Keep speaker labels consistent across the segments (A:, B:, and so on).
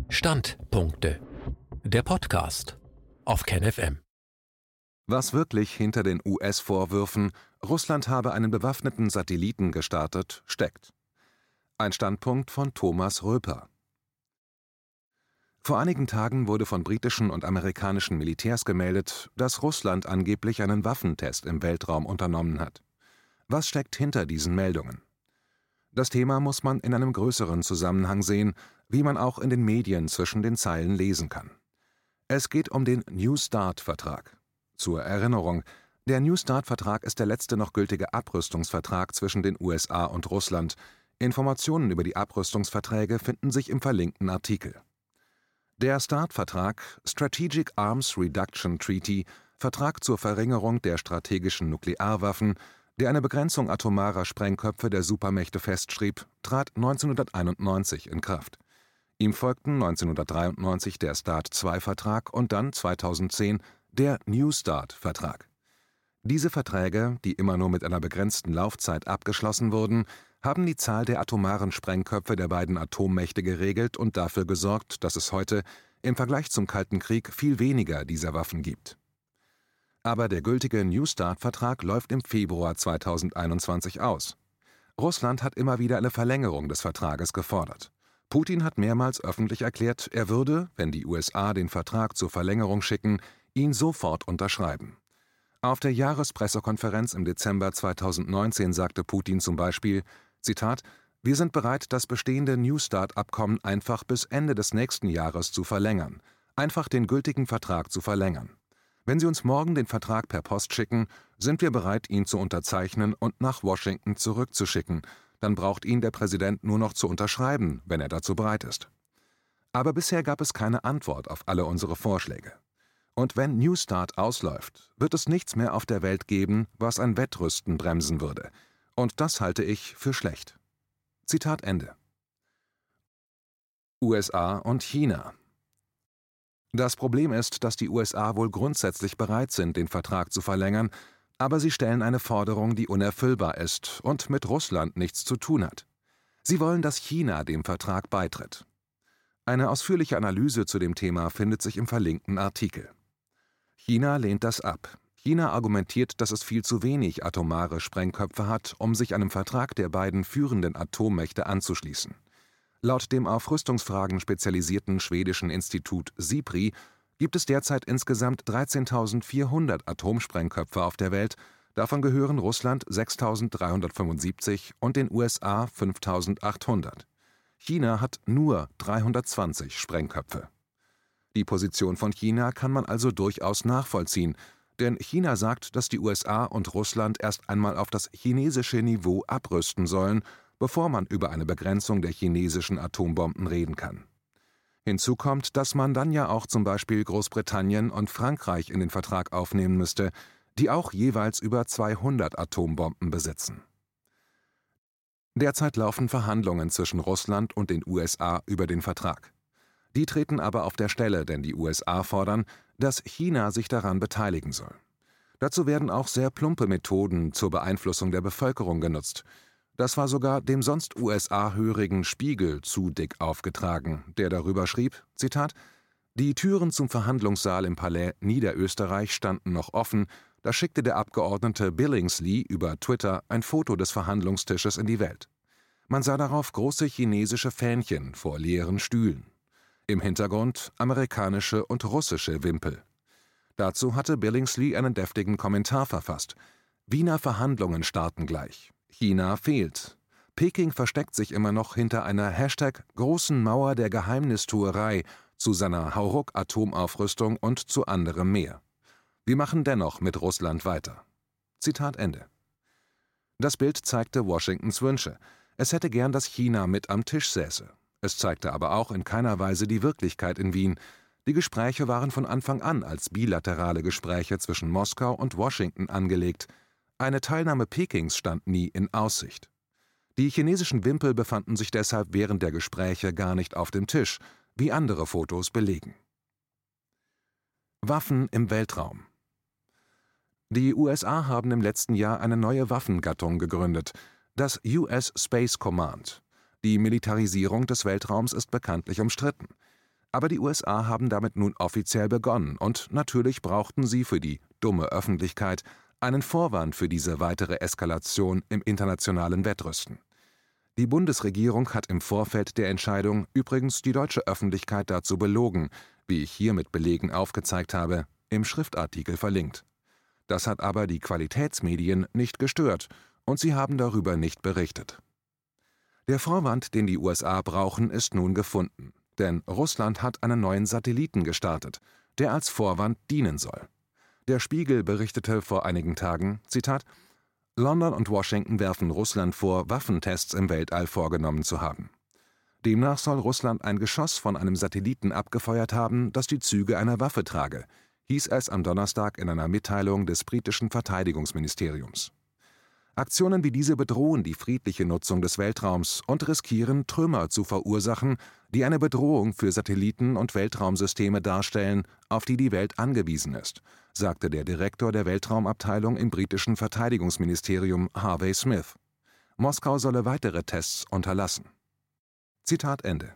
A: Standpunkte. Der Podcast auf KenFM.
B: Was wirklich hinter den US-Vorwürfen, Russland habe einen bewaffneten Satelliten gestartet, steckt. Ein Standpunkt von Thomas Röper. Vor einigen Tagen wurde von britischen und amerikanischen Militärs gemeldet, dass Russland angeblich einen Waffentest im Weltraum unternommen hat. Was steckt hinter diesen Meldungen? Das Thema muss man in einem größeren Zusammenhang sehen, wie man auch in den Medien zwischen den Zeilen lesen kann. Es geht um den New START-Vertrag. Zur Erinnerung, der New START-Vertrag ist der letzte noch gültige Abrüstungsvertrag zwischen den USA und Russland. Informationen über die Abrüstungsverträge finden sich im verlinkten Artikel. Der START-Vertrag, Strategic Arms Reduction Treaty, Vertrag zur Verringerung der strategischen Nuklearwaffen, der eine Begrenzung atomarer Sprengköpfe der Supermächte festschrieb, trat 1991 in Kraft. Ihm folgten 1993 der START-II-Vertrag und dann 2010 der New START-Vertrag. Diese Verträge, die immer nur mit einer begrenzten Laufzeit abgeschlossen wurden, haben die Zahl der atomaren Sprengköpfe der beiden Atommächte geregelt und dafür gesorgt, dass es heute im Vergleich zum Kalten Krieg viel weniger dieser Waffen gibt. Aber der gültige New START-Vertrag läuft im Februar 2021 aus. Russland hat immer wieder eine Verlängerung des Vertrages gefordert. Putin hat mehrmals öffentlich erklärt, er würde, wenn die USA den Vertrag zur Verlängerung schicken, ihn sofort unterschreiben. Auf der Jahrespressekonferenz im Dezember 2019 sagte Putin zum Beispiel, Zitat, „Wir sind bereit, das bestehende New START-Abkommen einfach bis Ende des nächsten Jahres zu verlängern. Einfach den gültigen Vertrag zu verlängern. Wenn Sie uns morgen den Vertrag per Post schicken, sind wir bereit, ihn zu unterzeichnen und nach Washington zurückzuschicken. Dann braucht ihn der Präsident nur noch zu unterschreiben, wenn er dazu bereit ist." Aber bisher gab es keine Antwort auf alle unsere Vorschläge. Und wenn New START ausläuft, wird es nichts mehr auf der Welt geben, was ein Wettrüsten bremsen würde. Und das halte ich für schlecht. Zitat Ende. USA und China. Das Problem ist, dass die USA wohl grundsätzlich bereit sind, den Vertrag zu verlängern, aber sie stellen eine Forderung, die unerfüllbar ist und mit Russland nichts zu tun hat. Sie wollen, dass China dem Vertrag beitritt. Eine ausführliche Analyse zu dem Thema findet sich im verlinkten Artikel. China lehnt das ab. China argumentiert, dass es viel zu wenig atomare Sprengköpfe hat, um sich einem Vertrag der beiden führenden Atommächte anzuschließen. Laut dem auf Rüstungsfragen spezialisierten schwedischen Institut SIPRI gibt es derzeit insgesamt 13.400 Atomsprengköpfe auf der Welt, davon gehören Russland 6.375 und den USA 5.800. China hat nur 320 Sprengköpfe. Die Position von China kann man also durchaus nachvollziehen, denn China sagt, dass die USA und Russland erst einmal auf das chinesische Niveau abrüsten sollen, bevor man über eine Begrenzung der chinesischen Atombomben reden kann. Hinzu kommt, dass man dann ja auch zum Beispiel Großbritannien und Frankreich in den Vertrag aufnehmen müsste, die auch jeweils über 200 Atombomben besitzen. Derzeit laufen Verhandlungen zwischen Russland und den USA über den Vertrag. Die treten aber auf der Stelle, denn die USA fordern, dass China sich daran beteiligen soll. Dazu werden auch sehr plumpe Methoden zur Beeinflussung der Bevölkerung genutzt. Das war sogar dem sonst USA-hörigen Spiegel zu dick aufgetragen, der darüber schrieb, Zitat, „Die Türen zum Verhandlungssaal im Palais Niederösterreich standen noch offen, da schickte der Abgeordnete Billingsley über Twitter ein Foto des Verhandlungstisches in die Welt. Man sah darauf große chinesische Fähnchen vor leeren Stühlen. Im Hintergrund amerikanische und russische Wimpel. Dazu hatte Billingsley einen deftigen Kommentar verfasst. Wiener Verhandlungen starten gleich. China fehlt. Peking versteckt sich immer noch hinter einer #großen Mauer der Geheimnistuerei zu seiner Hauruck-Atomaufrüstung und zu anderem mehr. Wir machen dennoch mit Russland weiter." Zitat Ende. Das Bild zeigte Washingtons Wünsche. Es hätte gern, dass China mit am Tisch säße. Es zeigte aber auch in keiner Weise die Wirklichkeit in Wien. Die Gespräche waren von Anfang an als bilaterale Gespräche zwischen Moskau und Washington angelegt. Eine Teilnahme Pekings stand nie in Aussicht. Die chinesischen Wimpel befanden sich deshalb während der Gespräche gar nicht auf dem Tisch, wie andere Fotos belegen. Waffen im Weltraum. Die USA haben im letzten Jahr eine neue Waffengattung gegründet, das US Space Command. Die Militarisierung des Weltraums ist bekanntlich umstritten. Aber die USA haben damit nun offiziell begonnen und natürlich brauchten sie für die dumme Öffentlichkeit einen Vorwand für diese weitere Eskalation im internationalen Wettrüsten. Die Bundesregierung hat im Vorfeld der Entscheidung übrigens die deutsche Öffentlichkeit dazu belogen, wie ich hier mit Belegen aufgezeigt habe, im Schriftartikel verlinkt. Das hat aber die Qualitätsmedien nicht gestört und sie haben darüber nicht berichtet. Der Vorwand, den die USA brauchen, ist nun gefunden, denn Russland hat einen neuen Satelliten gestartet, der als Vorwand dienen soll. Der Spiegel berichtete vor einigen Tagen, Zitat, London und Washington werfen Russland vor, Waffentests im Weltall vorgenommen zu haben. Demnach soll Russland ein Geschoss von einem Satelliten abgefeuert haben, das die Züge einer Waffe trage, hieß es am Donnerstag in einer Mitteilung des britischen Verteidigungsministeriums. Aktionen wie diese bedrohen die friedliche Nutzung des Weltraums und riskieren, Trümmer zu verursachen, die eine Bedrohung für Satelliten und Weltraumsysteme darstellen, auf die die Welt angewiesen ist, sagte der Direktor der Weltraumabteilung im britischen Verteidigungsministerium Harvey Smith. Moskau solle weitere Tests unterlassen. Zitat Ende.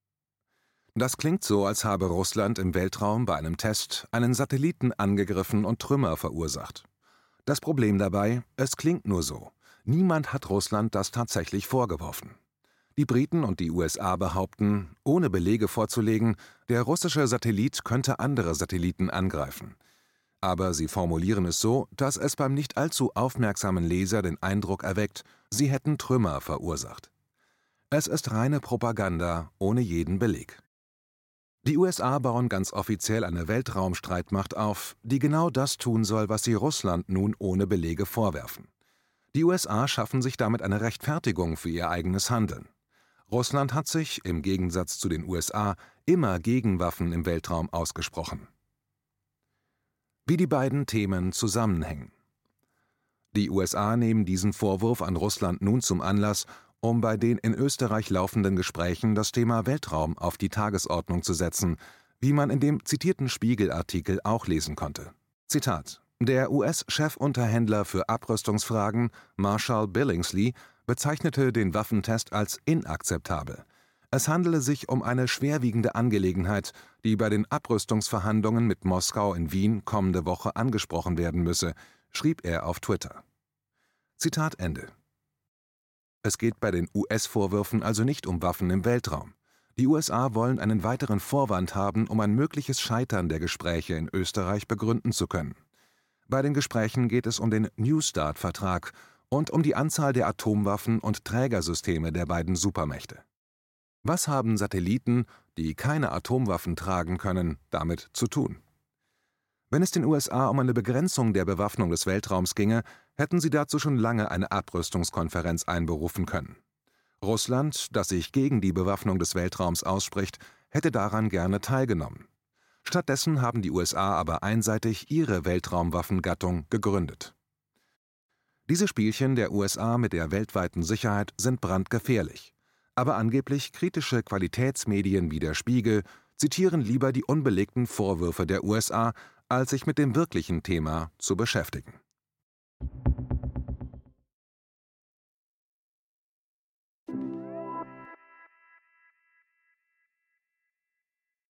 B: Das klingt so, als habe Russland im Weltraum bei einem Test einen Satelliten angegriffen und Trümmer verursacht. Das Problem dabei, es klingt nur so. Niemand hat Russland das tatsächlich vorgeworfen. Die Briten und die USA behaupten, ohne Belege vorzulegen, der russische Satellit könnte andere Satelliten angreifen. Aber sie formulieren es so, dass es beim nicht allzu aufmerksamen Leser den Eindruck erweckt, sie hätten Trümmer verursacht. Es ist reine Propaganda ohne jeden Beleg. Die USA bauen ganz offiziell eine Weltraumstreitmacht auf, die genau das tun soll, was sie Russland nun ohne Belege vorwerfen. Die USA schaffen sich damit eine Rechtfertigung für ihr eigenes Handeln. Russland hat sich, im Gegensatz zu den USA, immer gegen Waffen im Weltraum ausgesprochen. Wie die beiden Themen zusammenhängen. Die USA nehmen diesen Vorwurf an Russland nun zum Anlass, um bei den in Österreich laufenden Gesprächen das Thema Weltraum auf die Tagesordnung zu setzen, wie man in dem zitierten Spiegel-Artikel auch lesen konnte. Zitat: Der US-Chefunterhändler für Abrüstungsfragen, Marshall Billingsley, bezeichnete den Waffentest als inakzeptabel. Es handele sich um eine schwerwiegende Angelegenheit, die bei den Abrüstungsverhandlungen mit Moskau in Wien kommende Woche angesprochen werden müsse, schrieb er auf Twitter. Zitat Ende. Es geht bei den US-Vorwürfen also nicht um Waffen im Weltraum. Die USA wollen einen weiteren Vorwand haben, um ein mögliches Scheitern der Gespräche in Österreich begründen zu können. Bei den Gesprächen geht es um den New START-Vertrag und um die Anzahl der Atomwaffen und Trägersysteme der beiden Supermächte. Was haben Satelliten, die keine Atomwaffen tragen können, damit zu tun? Wenn es den USA um eine Begrenzung der Bewaffnung des Weltraums ginge, hätten sie dazu schon lange eine Abrüstungskonferenz einberufen können. Russland, das sich gegen die Bewaffnung des Weltraums ausspricht, hätte daran gerne teilgenommen. Stattdessen haben die USA aber einseitig ihre Weltraumwaffengattung gegründet. Diese Spielchen der USA mit der weltweiten Sicherheit sind brandgefährlich. Aber angeblich kritische Qualitätsmedien wie der Spiegel zitieren lieber die unbelegten Vorwürfe der USA, als sich mit dem wirklichen Thema zu beschäftigen.